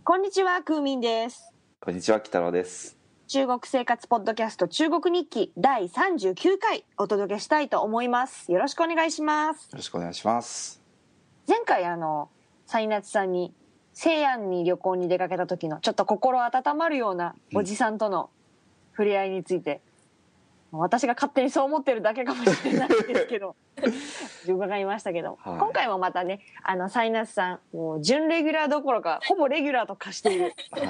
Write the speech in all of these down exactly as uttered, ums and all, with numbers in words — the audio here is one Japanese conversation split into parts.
こんにちは、クーミンです。 こんにちは、北郎です。 中国生活ポッドキャスト中国日記だいさんじゅうきゅうかいお届けしたいと思います。よろしくお願いします。 よろしくお願いします。 前回あのサイナツさんに西安に旅行に出かけた時のちょっと心温まるようなおじさんとの触れ合いについて、うん、私が勝手にそう思ってるだけかもしれないですけど伺いましたけど、はい、今回もまたねあのサイナツさんもう準レギュラーどころかほぼレギュラーと化している、はい、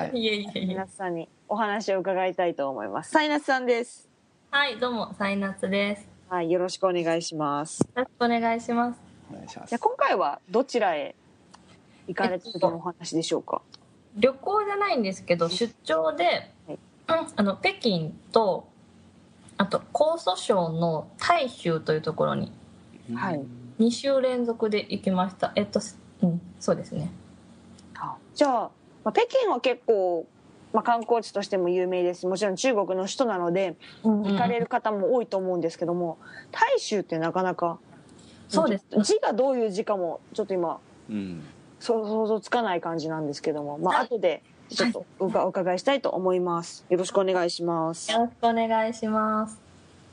サイナツさんにお話を伺いたいと思います。サイナツさんです。 はい、どうもサイナツです。 はい、よろしくお願いします。 よろしくお願いします。 お願いします。 じゃあ今回はどちらへ行かれた時のお話でしょうか。 えっと、旅行じゃないんですけど出張で、はい、あの北京とあと江蘇省の泰州というところに、はい、に週連続で行きました。えっと、うん、そうですね。 じゃあ、まあ、北京は結構、まあ、観光地としても有名です。もちろん中国の首都なので、うんうん、行かれる方も多いと思うんですけども、泰州ってなかなかそうです、 字がどういう字かもちょっと今、うん、想像つかない感じなんですけども、まあ後でちょっとお伺いしたいと思います。よろしくお願いします。 よろしくお願いします。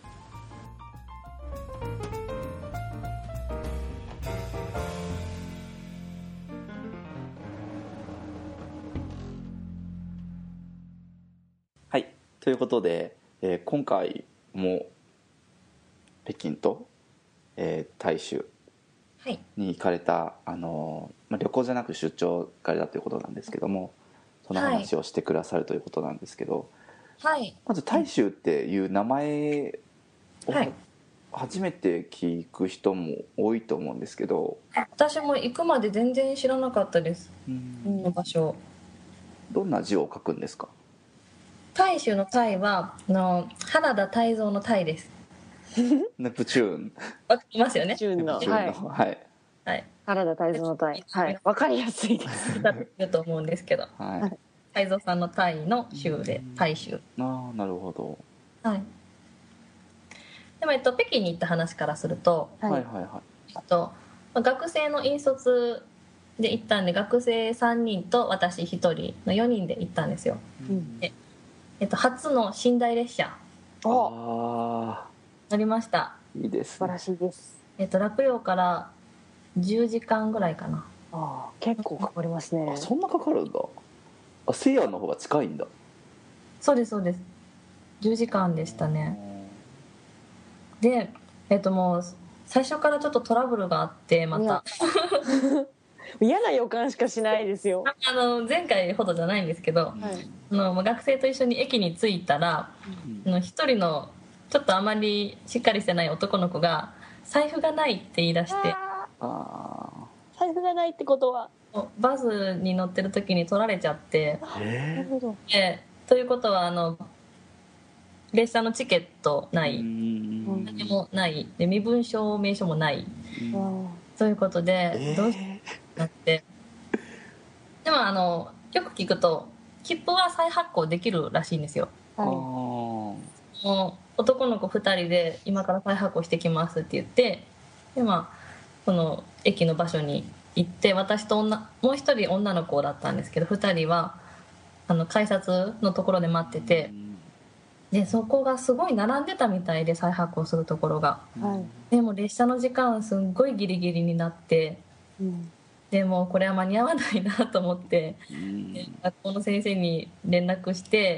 はい、ということで、えー、今回も北京と、えー、泰州に行かれた、はい、あのまあ、旅行じゃなく出張行かれたということなんですけども、その話をしてくださるということなんですけど、 はい、 まず泰州っていう名前を、はい、初めて聞く人も多いと思うんですけど、 私も行くまで全然知らなかったです。この場所どんな字を書くんですか？ 泰州の泰はあの原田泰造の泰です。 ネプチューンわかりますよね。 ネプチューンの、 はいはいはい、 原田泰造の泰、はい、わかりやすいです。 だと思うんですけど、はい、泰造さんの泰の州で泰州。 ああ、なるほど。 はい。でもえっと北京に行った話からすると、 はいはいはい。 えっと学生の引率で行ったんで、学生さんにんと私ひとりのよにんで行ったんですよ。うん、でえっと初の寝台列車。 ああ。 乗りました。 いいです、ね。 素晴らしいです。 えっと洛陽からじゅうじかんぐらいかな。 ああ、結構かかりますね。 あ、そんなかかるんだ。あ、西安の方が近いんだ。 そうですそうです。じゅうじかんでしたね。で、えっともう最初からちょっとトラブルがあって、また嫌な予感しかしないですよ。 あの前回ほどじゃないんですけど、はい、あの学生と一緒に駅に着いたら、うん、一人のちょっとあまりしっかりしてない男の子が財布がないって言い出して、 あ、財布がないってことはバスに乗ってる時に取られちゃって、 なるほど。 えということはあの列車のチケットない、何もないで、身分証明書もないということで、えー、どうしようなって、でもあのよく聞くと切符は再発行できるらしいんですよ。はい、もう男の子ふたりで今から再発行してきますって言って、で、まあ、その駅の場所に行って、私と女もう一人女の子だったんですけど、ふたりはあの改札のところで待ってて、でそこがすごい並んでたみたいで、再発行するところが、はい、でも列車の時間すんごいギリギリになって、うん、でもこれは間に合わないなと思って、うん、で学校の先生に連絡して、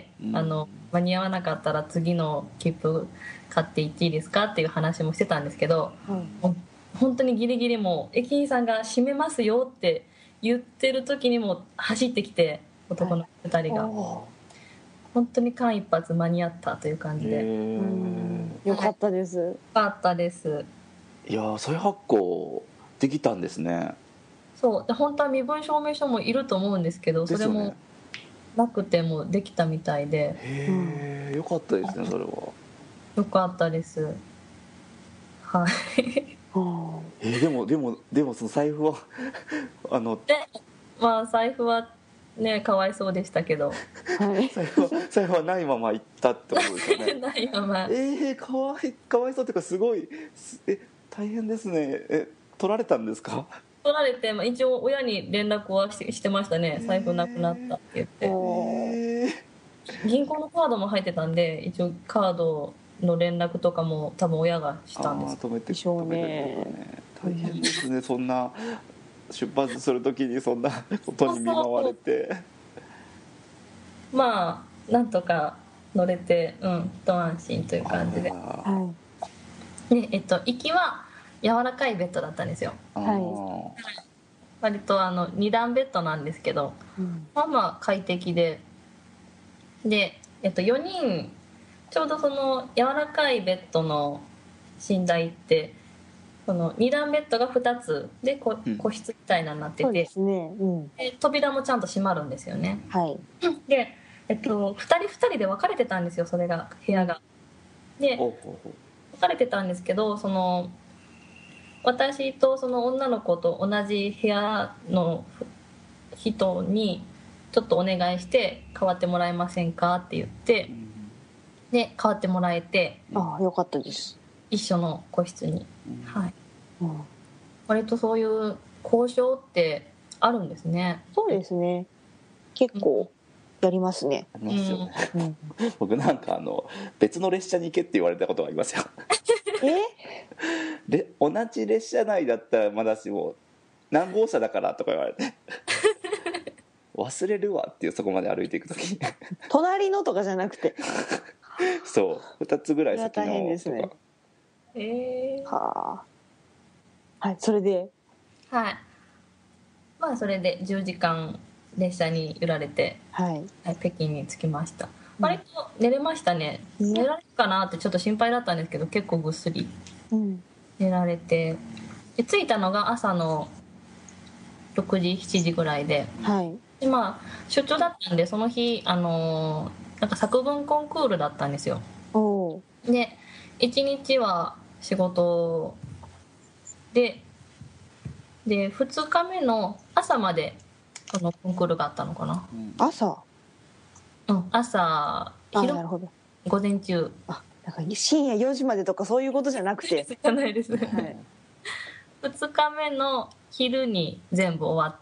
うん、あの間に合わなかったら次の切符買っていっていいですかっていう話もしてたんですけど、うん、もう本当にギリギリ、もう駅員さんが閉めますよって言ってる時にも走ってきて、男のふたりが、はい、本当に間一髪間に合ったという感じで、うん、 よかったです。 よかったです。 いや、再発行できたんですね。 そうで、本当は身分証明書もいると思うんですけど、それもなくてもできたみたいで、 へえ、うん、よかったですね。それはよかったです。はい。 えー、でもでもでもその財布はあので、まあ財布はね、かわいそうでしたけど、 はい、財布は財布はないまま行ったってことですよね。 ないまま。 えー、かわいかわいそうっていうか、すごいえ大変ですね。え取られたんですか？ 取られて、まあ、一応親に連絡はし、してましたね。財布なくなったって言って、えー、銀行のカードも入ってたんで、一応カードの連絡とかも多分親がしたんです。 あ、止めてしょうね。大変ですね、そんな出発する時にそんなことに見舞われて。そうそう、 まあなんとか乗れて、うん一安心という感じで、はい、でえっと行きは柔らかいベッドだったんですよ。はい、割とあのに段ベッドなんですけど、うん、まあまあ快適で、で、えっと、よにんちょうどその柔らかいベッドの寝台ってそのに段ベッドがふたつで個、うん、個室みたいなになってて、そうですね、うん、で扉もちゃんと閉まるんですよね。はい、で、えっと、ふたりふたりで分かれてたんですよ、それが部屋が。で分かれてたんですけど、その私とその女の子と同じ部屋の人にちょっとお願いして代わってもらえませんかって言って、で代わってもらえて、 ああよかったです、 一緒の個室に、はい、うん、割とそういう交渉ってあるんですね。 そうですね、結構やりますね。 ありますよね、うん、僕なんかあの別の列車に行けって言われたことがありますよ。えで同じ列車内だったらまだしも何号車だからとか言われて忘れるわっていう、そこまで歩いていくときに隣のとかじゃなくてそうふたつぐらい先の大変ですね。へえ、はあ、はい、それではい、まあそれでじゅうじかん列車に揺られて、はいはい、北京に着きました。割と寝れましたね、うん、寝られるかなってちょっと心配だったんですけど、結構ぐっすり寝られて、で着いたのが朝のろくじしちじぐらいで、はい、でまあ出張だったんでその日あのなんか作文コンクールだったんですよ。おでいちにちは仕事ででふつかめの朝までそのコンクールがあったのかな、 うん、朝うん朝昼なるほど午前中、 あなんか深夜よじまでとかそういうことじゃなくてじゃないですね、はい、ふつかめの昼に全部終わって、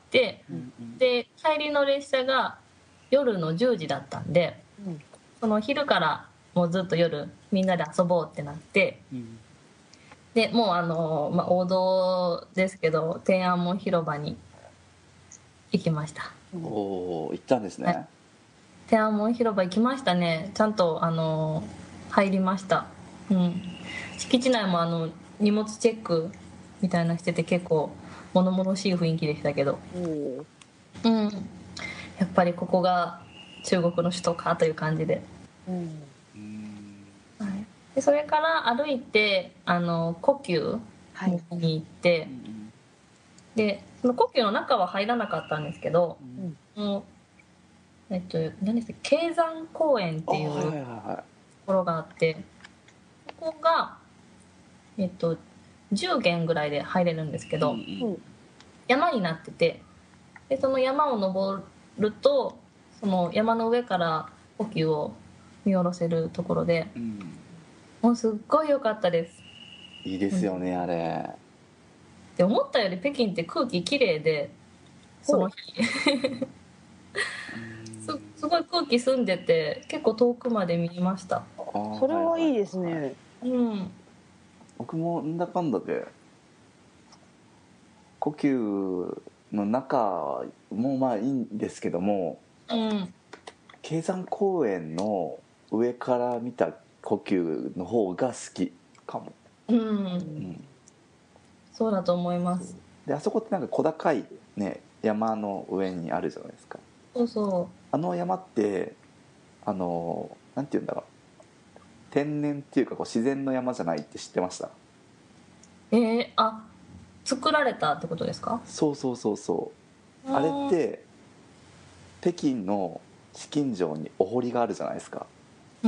うんうん、で帰りの列車が夜のじゅうじだったんで、うん、その昼からもうずっと夜みんなで遊ぼうってなって、うん、でもうあの、まあ、王道ですけど天安門広場に行きました。 おお行ったんですね、はい、 天安門広場行きましたね。ちゃんとあの入りました、うん、敷地内もあの荷物チェックみたいなしてて結構物々しい雰囲気でしたけど、うん、やっぱりここが中国の首都かという感じで、うんはい、でそれから歩いてあの故宮に行って、はい、でその故宮の中は入らなかったんですけど、うん、えっと何ですか、鶏山公園っていうところがあって、ここがえっとじゅうげんぐらいで入れるんですけど、うん、山になってて、でその山を登るとその山の上から故宮を見下ろせるところで、うん、もうすっごい良かったです。 いいですよね、うん、あれで思ったより北京って空気きれいで、その日す, すごい空気澄んでて結構遠くまで見えました。 それはいいですね、はいはい、うん僕もなんだかんだで故宮の中もまあいいんですけども、うん、鶏山公園の上から見た故宮の方が好きかも、うんうん、 そうだと思います。 であそこってなんか小高い、ね、山の上にあるじゃないですか。 そうそう、 あの山ってあのなんていうんだろう、天然っていうかこう自然の山じゃないって知ってました？ えー、あ作られたってことですか？ そうそうそうそう、あれって北京の紫禁城にお堀があるじゃないですか。うん、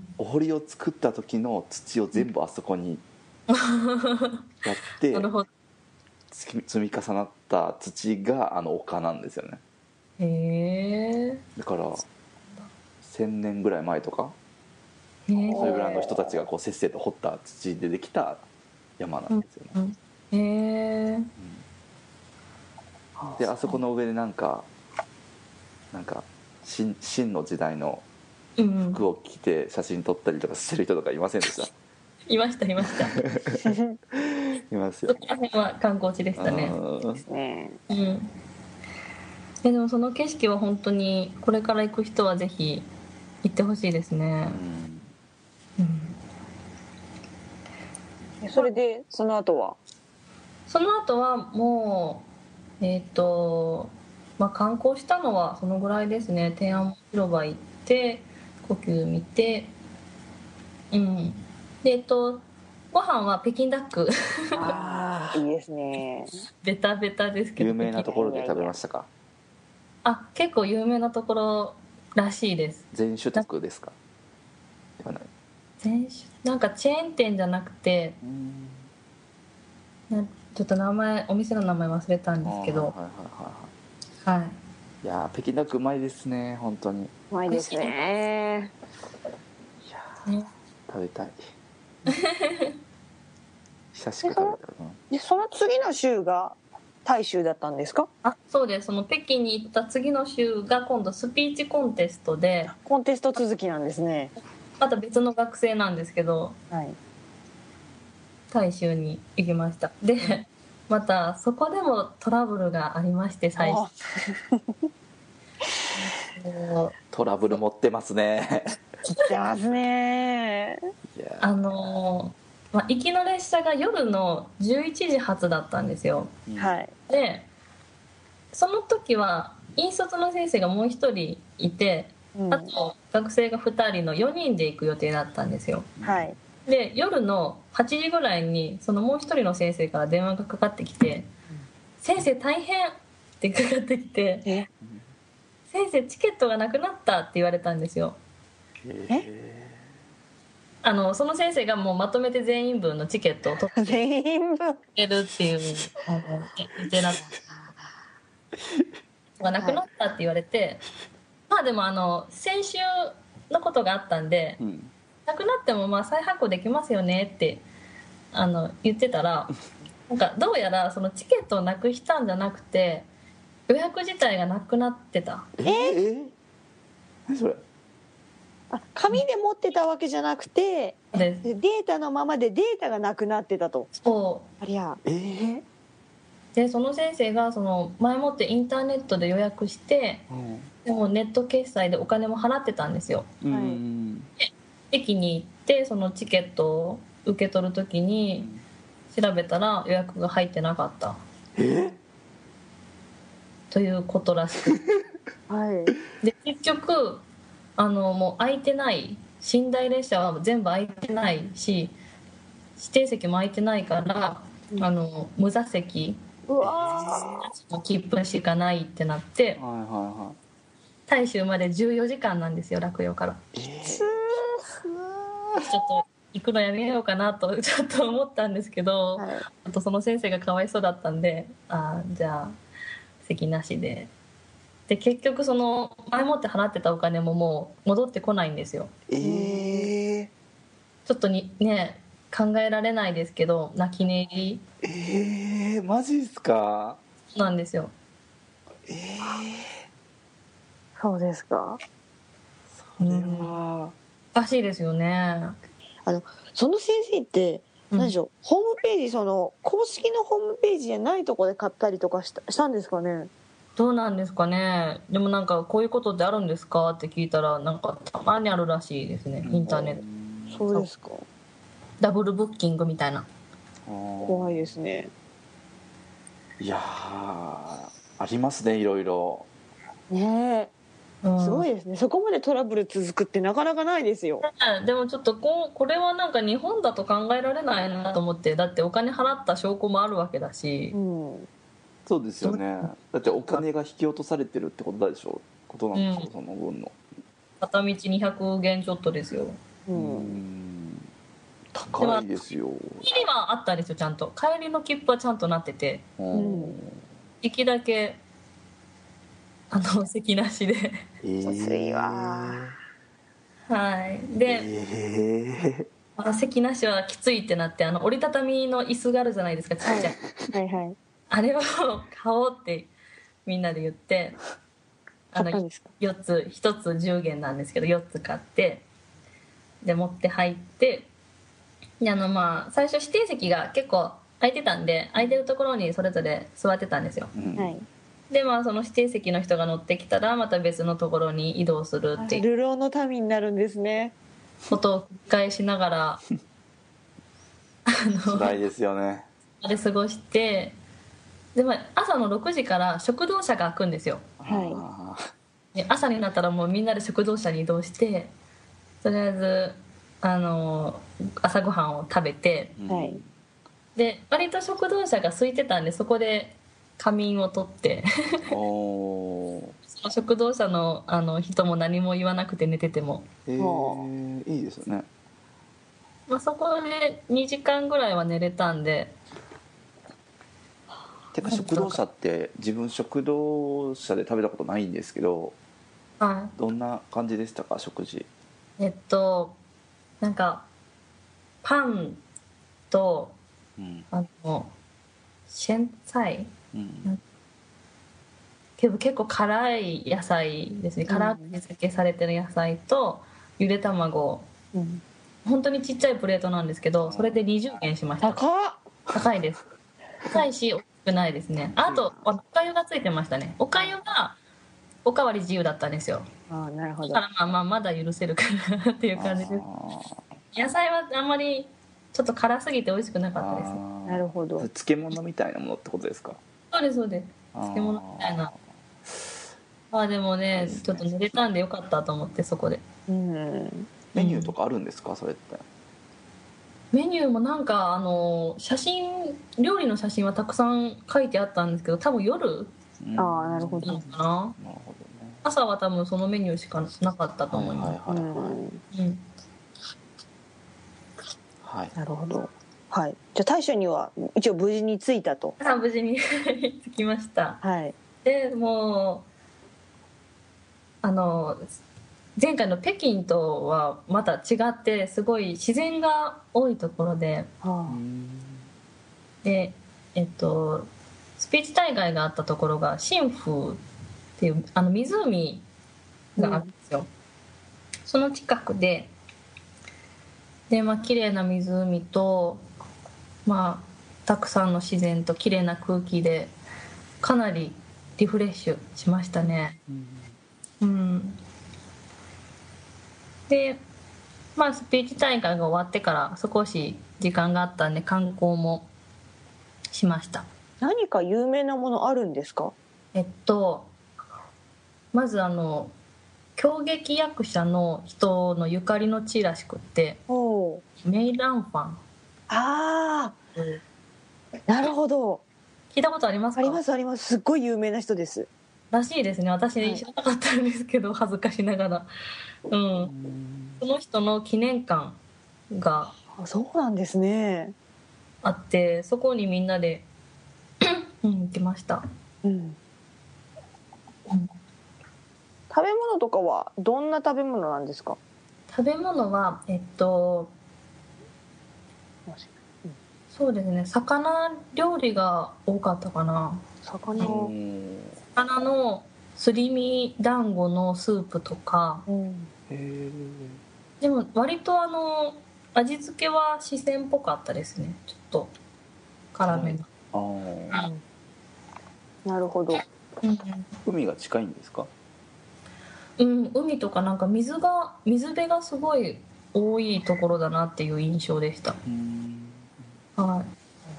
お堀を作った時の土を全部あそこにやってなるほど、積み重なった土があの丘なんですよね。へえ。だからせんねんぐらい前とかそれぐらいの人たちがこうせっせと掘った土でできた山なんですよね、うんうん、へえ、うん、 であそこの上でなんかなんか秦秦の時代の服を着て写真撮ったりとかしてる人とかいませんでした？ いましたいましたいますよ。 そこら辺は観光地でしたね。 ですね。 うん。でもその景色は本当にこれから行く人はぜひ行ってほしいですね。うん。 うん、それでその後は？ その後はもうえっ、ー、とまあ観光したのはそのぐらいですね。天安門広場行って故宮見て、うん。でえっとご飯は北京ダックああいいですね。 ベタベタですけど有名なところで食べましたか？ あ、結構有名なところらしいです。 全種特ですか？ではない。 全種なんかチェーン店じゃなくて、なちょっと名前お店の名前忘れたんですけど、はいはいはいはい、はい、 いや北京ダックうまいですね。本当にうまいですね。 いや、ね、食べたい久しく食べたな。 でその次の週が大衆だったんですか？ あ、そうです。その北京に行った次の週が今度スピーチコンテストで、 コンテスト続きなんですね。 また別の学生なんですけど、はい、大衆に行きました。でまたそこでもトラブルがありまして、最初トラブル持ってますね持ってますね。 あのまあ、行きの列車が夜のじゅういちじ発だったんですよ、 はい、 でその時は引率の先生がもう一人いて、うん、あと学生がふたりのよにんで行く予定だったんですよ、はい、で夜のはちじぐらいにそのもう一人の先生から電話がかかってきて「先生大変!」ってかかってきて「先生チケットがなくなった」って言われたんですよ。えあのその先生がもうまとめて全員分のチケットを取って全員分るっていう予定だったがなくなったって言われて、はい、まあでもあの先週のことがあったんで、うん、なくなってもまあ再発行できますよねってあの言ってたらなんかどうやらそのチケットをなくしたんじゃなくて予約自体がなくなってた。 えー、何それ？ あ、紙で持ってたわけじゃなくてデータのままでデータがなくなってたと。 そうありゃ、 えー、 でその先生がその前もってインターネットで予約して、うん、でもネット決済でお金も払ってたんですよ、はい、で駅に行ってそのチケットを受け取る時に調べたら予約が入ってなかった、 えということらしくはい、 で結局あのもう空いてない寝台列車は全部空いてないし指定席も空いてないから、うん、あの無座席の切符しかないってなって、はいはいはい、大衆までじゅうよじかんなんですよ、洛陽から、えー、ちょっと行くのやめようかなとちょっと思ったんですけど、はい、あとその先生がかわいそうだったんで、あじゃあ席なしでで結局その前もって払ってたお金ももう戻ってこないんですよ。 えー、 ちょっとにね考えられないですけど泣き寝入り。 えー、マジっすか？ なんですよ。 えー、 そうですか。 それはおかしいですよね。 あのその先生って何でしょう、うん、ホームページその公式のホームページじゃないところで買ったりとかした、したんですかね？ どうなんですかね。でもなんかこういうことってあるんですかって聞いたらなんかたまにあるらしいですね、インターネット。そうですか。 ダブルブッキングみたいな。 怖いですね。 いやありますね、いろいろねえ、うん、すごいですね。そこまでトラブル続くってなかなかないですよ。 でもちょっとこうこれはなんか日本だと考えられないなと思って。だってお金払った証拠もあるわけだし、うん、 そうですよね。だってお金が引き落とされてるってことでしょ、ことなんでしょう、うん、その分の片道にひゃくげんちょっとですよ。 うん、うん高いですよ。 帰りはあったんですよ、ちゃんと帰りの切符はちゃんとなってて、うん、行きだけあの席なしでえー、きついわ。 はいで、えー、席なしはきついってなって、あの折りたたみの椅子があるじゃないですか、ちっちゃい、はいはいはい、あれを買おうってみんなで言ってあのよっつひとつじゅうげんなんですけどよっつ買ってで持って入ってであのまあ最初指定席が結構空いてたんで空いてるところにそれぞれ座ってたんですよ、うん、でまあその指定席の人が乗ってきたらまた別のところに移動するっていう流浪の民になるんですねことを繰り返しながらあの辛いですよねあれ過ごしてで、まあ、朝のろくじから食堂車が開くんですよ、はい、で朝になったらもうみんなで食堂車に移動してとりあえずあの朝ごはんを食べて、はい、で割と食堂車が空いてたんでそこで仮眠を取っておその食堂車 の, あの人も何も言わなくて寝てても、 えー、いいですね、 まあ、そこでにじかんぐらいは寝れたんでてか食堂車って自分食堂車で食べたことないんですけど、はい、どんな感じでしたか食事。 えっとなんかパンと、うん、あのシェンツァイ、うん、結構辛い野菜ですね、辛く味付けされてる野菜とゆで卵、うん、本当にちっちゃいプレートなんですけどそれでにじゅうえんしました。 高っ高いです高いし大きくないですね。あとおかゆがついてましたね。おかゆがおかわり自由だったんですよ。 あ、なるほど。 だからまあまあまだ許せるかなっていう感じです。野菜はあんまりちょっと辛すぎて美味しくなかったです。 なるほど。 漬物みたいなものってことですか。 そうですそうです。漬物みたいな。ああでもねちょっと寝れたんでよかったと思ってそこで。 うん。メニューとかあるんですか、うん、それって。 メニューもなんかあの写真料理の写真はたくさん書いてあったんですけど多分夜ああなるほどなのかな。なるほどね。朝は多分そのメニューしかなかったと思います。はいはいはいはい。うん。 はい。なるほど。はい。じゃあ大将には一応無事に着いたと。 あ無事に着きました。 はい。 でもうあの前回の北京とはまた違ってすごい自然が多いところで、はあ、でえっとスピーチ大会があったところが新風っていうあの湖があるんですよ、うん、その近くででまあ綺麗な湖とまあたくさんの自然と綺麗な空気でかなりリフレッシュしましたね。うん、うんでまあスピーチ大会が終わってから少し時間があったんで観光もしました。 何か有名なものあるんですか。 えっとまずあの狂劇役者の人のゆかりの地らしくってメイランファン。 ああ、うん、なるほど。 聞いたことありますか。 ありますあります。すっごい有名な人ですらしいですね。私知らなかったんですけど、はい、恥ずかしながら、うん、その人の記念館があそうなんですねあってそこにみんなでうん行きました、うんうん、 食べ物とかはどんな食べ物なんですか。 食べ物はえっとそうですね魚料理が多かったかな。 魚魚のすり身団子のスープとか、うん、へでも割とあの味付けは四川っぽかったですね。ちょっと辛めな、うん、あなるほど、 うん、海が近いんですか。 うん海とかなんか水が水辺がすごい多いところだなっていう印象でした。うんはい。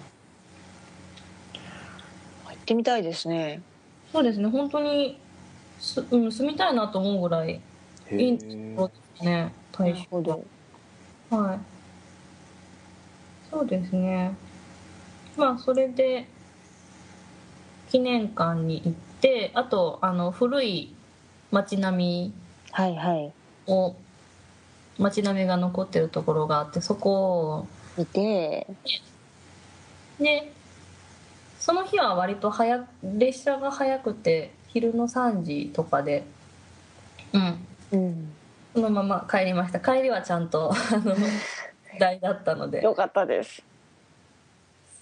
行ってみたいですね。 そうですね本当にす、うん、住みたいなと思うぐらいいいところですね。 なるほど。 はいそうですね。まあそれで記念館に行ってあとあの古い街並みを、はいはい、街並みが残ってるところがあってそこを見てでその日は割と早列車が早くて昼のさんじとかでうん、うん、そのまま帰りました。帰りはちゃんとあの台だったのでよかったです。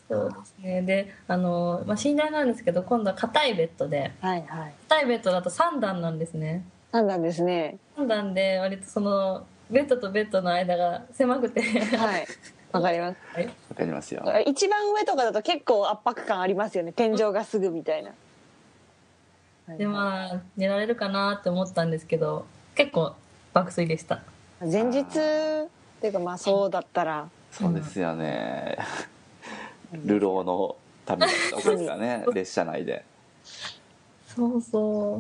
そうですね。であの、まあ、寝台なんですけど今度は硬いベッドで、 はいはい、 硬いベッドだとさん段なんですね。 さん段ですね。 さん段で割とそのベッドとベッドの間が狭くてはいわかります。 はい、 わかりますよ。 一番上とかだと結構圧迫感ありますよね。天井がすぐみたいな。 でまあ寝られるかなって思ったんですけど結構爆睡でした。 前日っていうかまあそうだったらそうですよね、うん、流浪の旅だったわけですかね列車内で。 そうそう、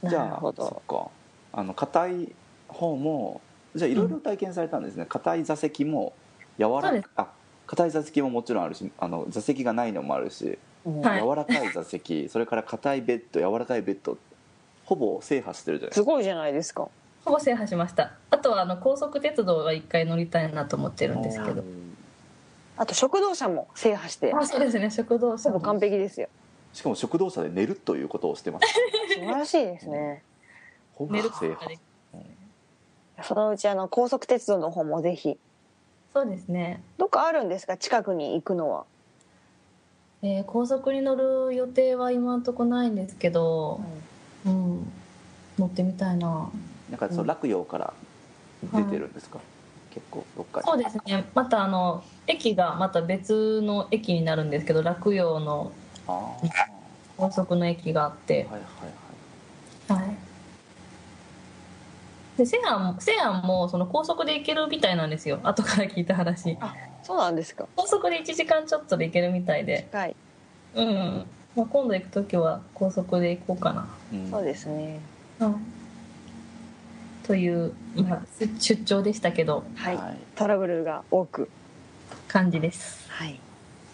じゃあそっか、あの硬い方もじゃあいろいろ体験されたんですね。硬、うん、い座席も柔らかあ硬い座席ももちろんあるし、あの座席がないのもあるし、はい、柔らかい座席それから硬いベッド柔らかいベッドほぼ制覇してるじゃないですか。 すごいじゃないですか。 ほぼ制覇しました。あとはあの高速鉄道は一回乗りたいなと思ってるんですけど、 あと食堂車も制覇して。 あそうですね、食堂車ほぼ完璧ですよ。 しかも食堂車で寝るということをしてます素晴らしいですね。 ほぼ制覇。 そのうちあの高速鉄道の方もぜひ。 そうですね。 どっかあるんですか近くに行くのは。 えー、高速に乗る予定は今のとこないんですけど、うん、うん、乗ってみたいな。 なんかその洛陽から出てるんですか、うん、結構どっかに。 そうですね、またあの駅がまた別の駅になるんですけど洛陽の高速の駅があって、はいはいはい、はい、で西安西安もその高速で行けるみたいなんですよ。後から聞いた話。 あ、そうなんですか。 高速でいちじかんちょっとで行けるみたいで、 はい、 うん、まあ、今度行く時は高速で行こうかな、 うん、そうですね、 うん、という、まあ、出張でしたけど、 はい、トラブルが多く感じです。 はい。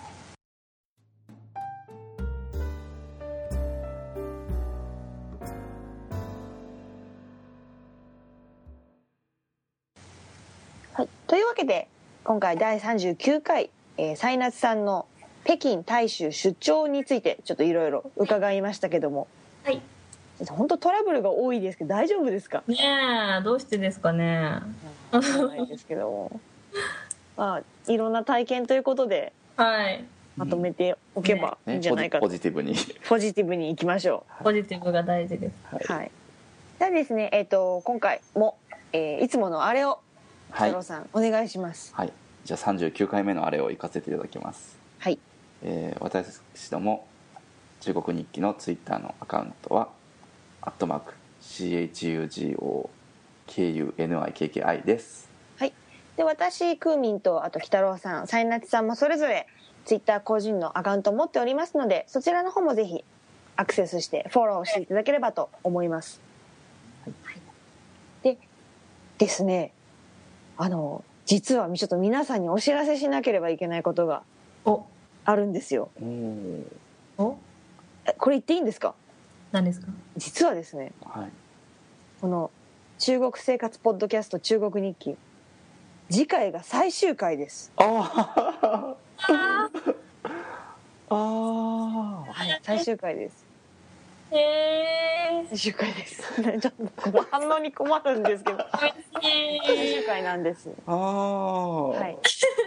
はい、というわけで今回だいさんじゅうきゅうかい、えー、サイナツさんの北京大衆出張についてちょっといろいろ伺いましたけども、 はい、 本当トラブルが多いですけど大丈夫ですかね。えどうしてですかね。 ないですけどもまあいろんな体験ということで、 はい、 まとめておけばいいんじゃないかと、 ねね、ポジティブにポジティブにいきましょう。ポジティブが大事です。 はい、はい、じゃあですね、えーと、今回も、えー、いつものあれを太郎さん、はい、お願いします。 はい、じゃあさんじゅうきゅうかいめのあれを行かせていただきます。 はい、 えー、私ども中国日記のツイッターのアカウントはアットマーク シーエイチユージーオーケーユーエヌアイケーケーアイ です。 はい、で私クーミンとあと北郎さんサイナチさんもそれぞれツイッター個人のアカウントを持っておりますのでそちらの方もぜひアクセスしてフォローしていただければと思います。はい、でですね、あの実はちょっと皆さんにお知らせしなければいけないことがあるんですよ。 おこれ言っていいんですか？ 何ですか？ 実はですね、はい、この中国生活ポッドキャスト中国日記次回が最終回です。 あああ、 はい、最終回です。 へえー、 最終回です。ちょっと反応に困るんですけど最終回なんです。 ああ、はい、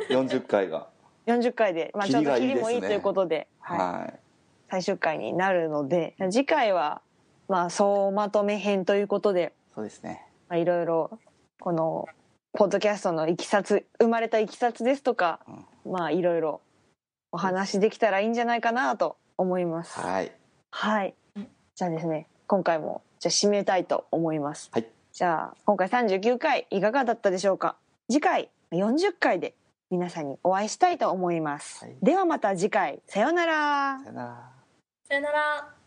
よんじゅっかいがよんじゅっかいで、まあ、ちょっと切りもいいということで、はいはい、最終回になるので次回はまあ総まとめ編ということで、 そうですね、 まあ、いろいろこのポッドキャストのいきさつ生まれたいきさつですとか、うん、まあいろいろお話できたらいいんじゃないかなと思います。 はい、 はい、じゃあですね今回もじゃあ締めたいと思います。はい、じゃあ今回さんじゅうきゅうかいいかがだったでしょうか。次回よんじゅっかいで皆さんにお会いしたいと思います。はい、ではまた次回さようなら。 さようなら。 さよなら。